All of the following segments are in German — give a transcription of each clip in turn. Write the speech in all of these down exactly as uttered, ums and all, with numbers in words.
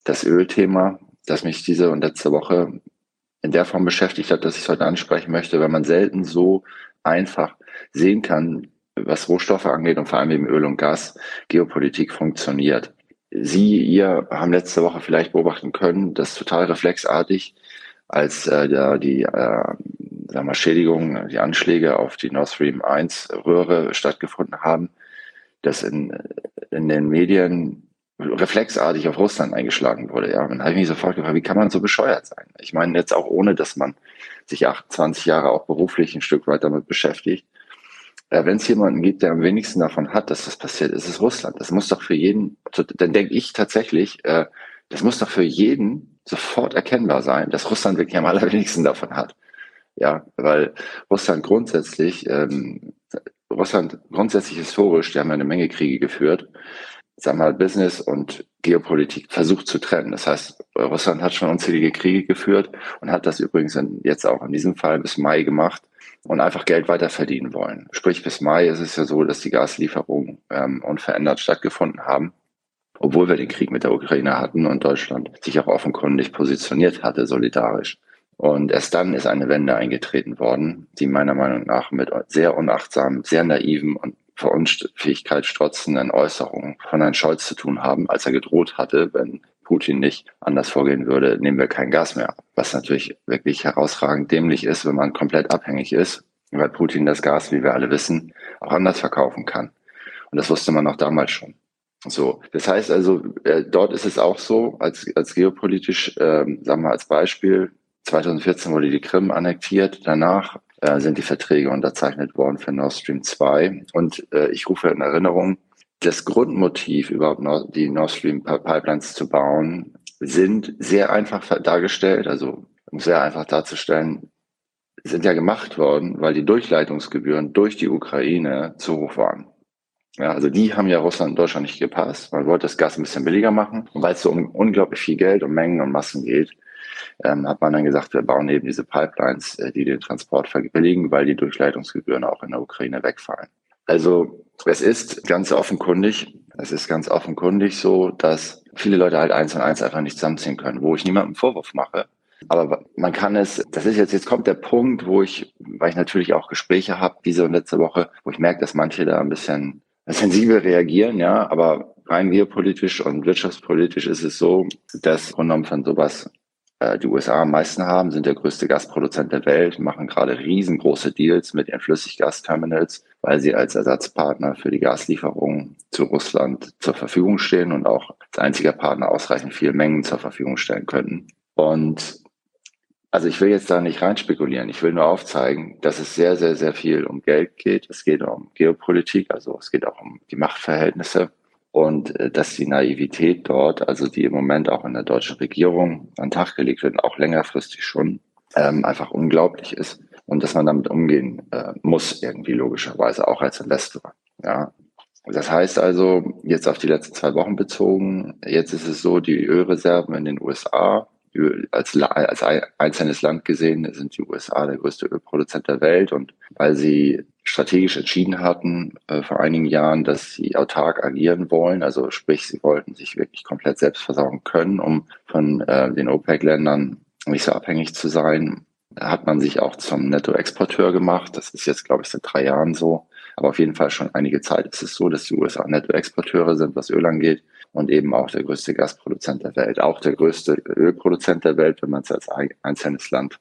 das Ölthema, das mich diese und letzte Woche in der Form beschäftigt hat, dass ich es heute ansprechen möchte, weil man selten so einfach sehen kann, was Rohstoffe angeht und vor allem eben Öl und Gas, Geopolitik funktioniert. Sie, ihr haben letzte Woche vielleicht beobachten können, dass total reflexartig, als äh, da die äh, sagen wir, mal, Schädigungen, die Anschläge auf die Nord Stream eins Röhre stattgefunden haben, dass in, in den Medien reflexartig auf Russland eingeschlagen wurde. Ja, dann habe ich mich sofort gefragt, wie kann man so bescheuert sein? Ich meine jetzt auch ohne, dass man sich achtundzwanzig Jahre auch beruflich ein Stück weit damit beschäftigt. Äh, Wenn es jemanden gibt, der am wenigsten davon hat, dass das passiert, ist es Russland. Das muss doch für jeden, also, dann denke ich tatsächlich, äh, das muss doch für jeden sofort erkennbar sein, dass Russland wirklich am allerwenigsten davon hat. Ja, weil Russland grundsätzlich, ähm, Russland grundsätzlich historisch, die haben ja eine Menge Kriege geführt, sagen wir mal, Business und Geopolitik versucht zu trennen. Das heißt, Russland hat schon unzählige Kriege geführt und hat das übrigens in, jetzt auch in diesem Fall bis Mai gemacht und einfach Geld weiter verdienen wollen. Sprich, bis Mai ist es ja so, dass die Gaslieferungen ähm, unverändert stattgefunden haben, obwohl wir den Krieg mit der Ukraine hatten und Deutschland sich auch offenkundig positioniert hatte, solidarisch. Und erst dann ist eine Wende eingetreten worden, die meiner Meinung nach mit sehr unachtsamen, sehr naiven und vor Unfähigkeit strotzenden Äußerungen von Herrn Scholz zu tun haben, als er gedroht hatte, wenn Putin nicht anders vorgehen würde, nehmen wir kein Gas mehr. Was natürlich wirklich herausragend dämlich ist, wenn man komplett abhängig ist, weil Putin das Gas, wie wir alle wissen, auch anders verkaufen kann. Und das wusste man auch damals schon. So, das heißt also, äh, dort ist es auch so, als, als geopolitisch, ähm, sagen wir als Beispiel, zweitausendvierzehn wurde die Krim annektiert, danach äh, sind die Verträge unterzeichnet worden für Nord Stream zwei. Und äh, ich rufe in Erinnerung, das Grundmotiv, überhaupt Nord, die Nord Stream Pipelines zu bauen, sind sehr einfach dargestellt, also um sehr einfach darzustellen, sind ja gemacht worden, weil die Durchleitungsgebühren durch die Ukraine zu hoch waren. Ja, also die haben ja Russland und Deutschland nicht gepasst. Man wollte das Gas ein bisschen billiger machen. Und weil es so um unglaublich viel Geld, um Mengen und Massen geht, ähm, hat man dann gesagt, wir bauen eben diese Pipelines, äh, die den Transport verbilligen, weil die Durchleitungsgebühren auch in der Ukraine wegfallen. Also es ist ganz offenkundig, es ist ganz offenkundig so, dass viele Leute halt eins und eins einfach nicht zusammenziehen können, wo ich niemandem Vorwurf mache. Aber man kann es, das ist jetzt, jetzt kommt der Punkt, wo ich, weil ich natürlich auch Gespräche habe, diese und letzte Woche, wo ich merke, dass manche da ein bisschen sensibel reagieren, ja, aber rein geopolitisch und wirtschaftspolitisch ist es so, dass im Grunde genommen von sowas äh, die U S A am meisten haben, sind der größte Gasproduzent der Welt, machen gerade riesengroße Deals mit ihren Flüssiggasterminals, weil sie als Ersatzpartner für die Gaslieferungen zu Russland zur Verfügung stehen und auch als einziger Partner ausreichend viele Mengen zur Verfügung stellen könnten. Und also ich will jetzt da nicht rein spekulieren. Ich will nur aufzeigen, dass es sehr, sehr, sehr viel um Geld geht. Es geht um Geopolitik, also es geht auch um die Machtverhältnisse und äh, dass die Naivität dort, also die im Moment auch in der deutschen Regierung an den Tag gelegt wird, auch längerfristig schon, ähm, einfach unglaublich ist und dass man damit umgehen äh, muss irgendwie logischerweise auch als Investor. Ja. Das heißt also, jetzt auf die letzten zwei Wochen bezogen, jetzt ist es so, die Ölreserven in den U S A, als, als einzelnes Land gesehen sind die U S A der größte Ölproduzent der Welt und weil sie strategisch entschieden hatten äh, vor einigen Jahren, dass sie autark agieren wollen, also sprich, sie wollten sich wirklich komplett selbst versorgen können, um von äh, den OPEC-Ländern nicht so abhängig zu sein, hat man sich auch zum Nettoexporteur gemacht. Das ist jetzt, glaube ich, seit drei Jahren so. Aber auf jeden Fall schon einige Zeit ist es so, dass die U S A Nettoexporteure sind, was Öl angeht. Und eben auch der größte Gasproduzent der Welt, auch der größte Ölproduzent der Welt, wenn man es als einzelnes Land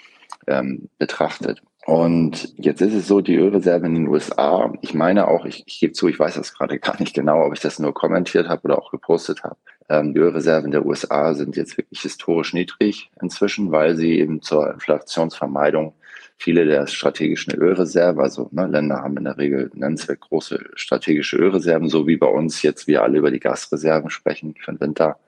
ähm, betrachtet. Und jetzt ist es so, die Ölreserven in den U S A, ich meine auch, ich, ich gebe zu, ich weiß das gerade gar nicht genau, ob ich das nur kommentiert habe oder auch gepostet habe. Ähm, die Ölreserven der U S A sind jetzt wirklich historisch niedrig inzwischen, weil sie eben zur Inflationsvermeidung viele der strategischen Ölreserven, also ne, Länder haben in der Regel nennenswert große strategische Ölreserven, so wie bei uns jetzt wir alle über die Gasreserven sprechen für den Winter.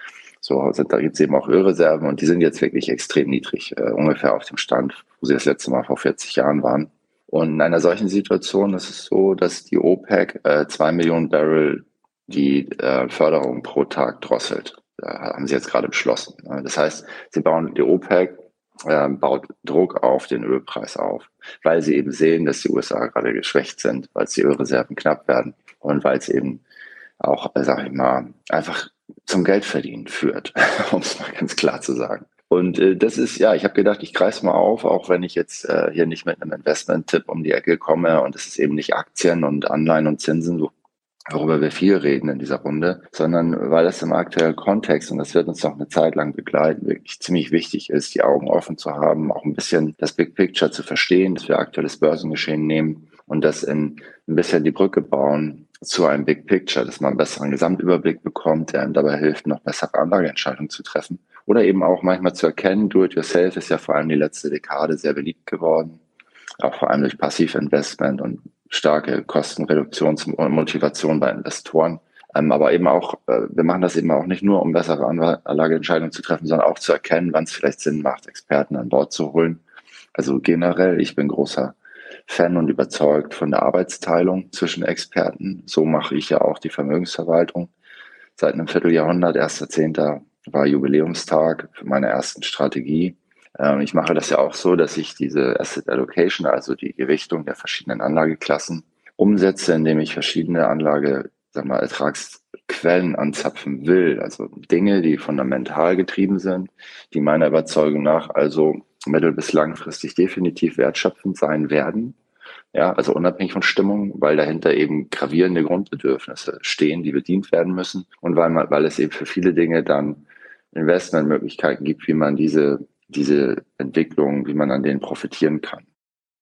So sind da jetzt eben auch Ölreserven und die sind jetzt wirklich extrem niedrig, äh, ungefähr auf dem Stand, wo sie das letzte Mal vor vierzig Jahren waren. Und in einer solchen Situation ist es so, dass die OPEC äh, zwei Millionen Barrel die äh, Förderung pro Tag drosselt. Da haben sie jetzt gerade beschlossen. Das heißt, sie bauen die OPEC äh, baut Druck auf den Ölpreis auf, weil sie eben sehen, dass die U S A gerade geschwächt sind, weil die Ölreserven knapp werden und weil es eben auch, sag ich mal, einfach zum Geldverdienen führt, um es mal ganz klar zu sagen. Und äh, das ist, ja, ich habe gedacht, ich greife mal auf, auch wenn ich jetzt äh, hier nicht mit einem Investment-Tipp um die Ecke komme und es ist eben nicht Aktien und Anleihen und Zinsen, so, worüber wir viel reden in dieser Runde, sondern weil das im aktuellen Kontext, und das wird uns noch eine Zeit lang begleiten, wirklich ziemlich wichtig ist, die Augen offen zu haben, auch ein bisschen das Big Picture zu verstehen, dass wir aktuelles Börsengeschehen nehmen und das in ein bisschen die Brücke bauen zu einem Big Picture, dass man einen besseren Gesamtüberblick bekommt, der einem dabei hilft, noch bessere Anlageentscheidungen zu treffen. Oder eben auch manchmal zu erkennen, Do-it-yourself ist ja vor allem die letzte Dekade sehr beliebt geworden, auch vor allem durch Passivinvestment und starke Kostenreduktionsmotivation bei Investoren. Ähm, aber eben auch, äh, wir machen das eben auch nicht nur, um bessere Anlageentscheidungen zu treffen, sondern auch zu erkennen, wann es vielleicht Sinn macht, Experten an Bord zu holen. Also generell, ich bin großer Fan und überzeugt von der Arbeitsteilung zwischen Experten. So mache ich ja auch die Vermögensverwaltung. Seit einem Vierteljahrhundert, erster Zehnter war Jubiläumstag für meine ersten Strategie. Ähm, ich mache das ja auch so, dass ich diese Asset Allocation, also die Gewichtung der verschiedenen Anlageklassen, umsetze, indem ich verschiedene Anlage, sag mal, Ertragsquellen anzapfen will. Also Dinge, die fundamental getrieben sind, die meiner Überzeugung nach also mittel- bis langfristig definitiv wertschöpfend sein werden. Ja, also unabhängig von Stimmung, weil dahinter eben gravierende Grundbedürfnisse stehen, die bedient werden müssen und weil man, weil es eben für viele Dinge dann Investmentmöglichkeiten gibt, wie man diese, diese Entwicklung, wie man an denen profitieren kann.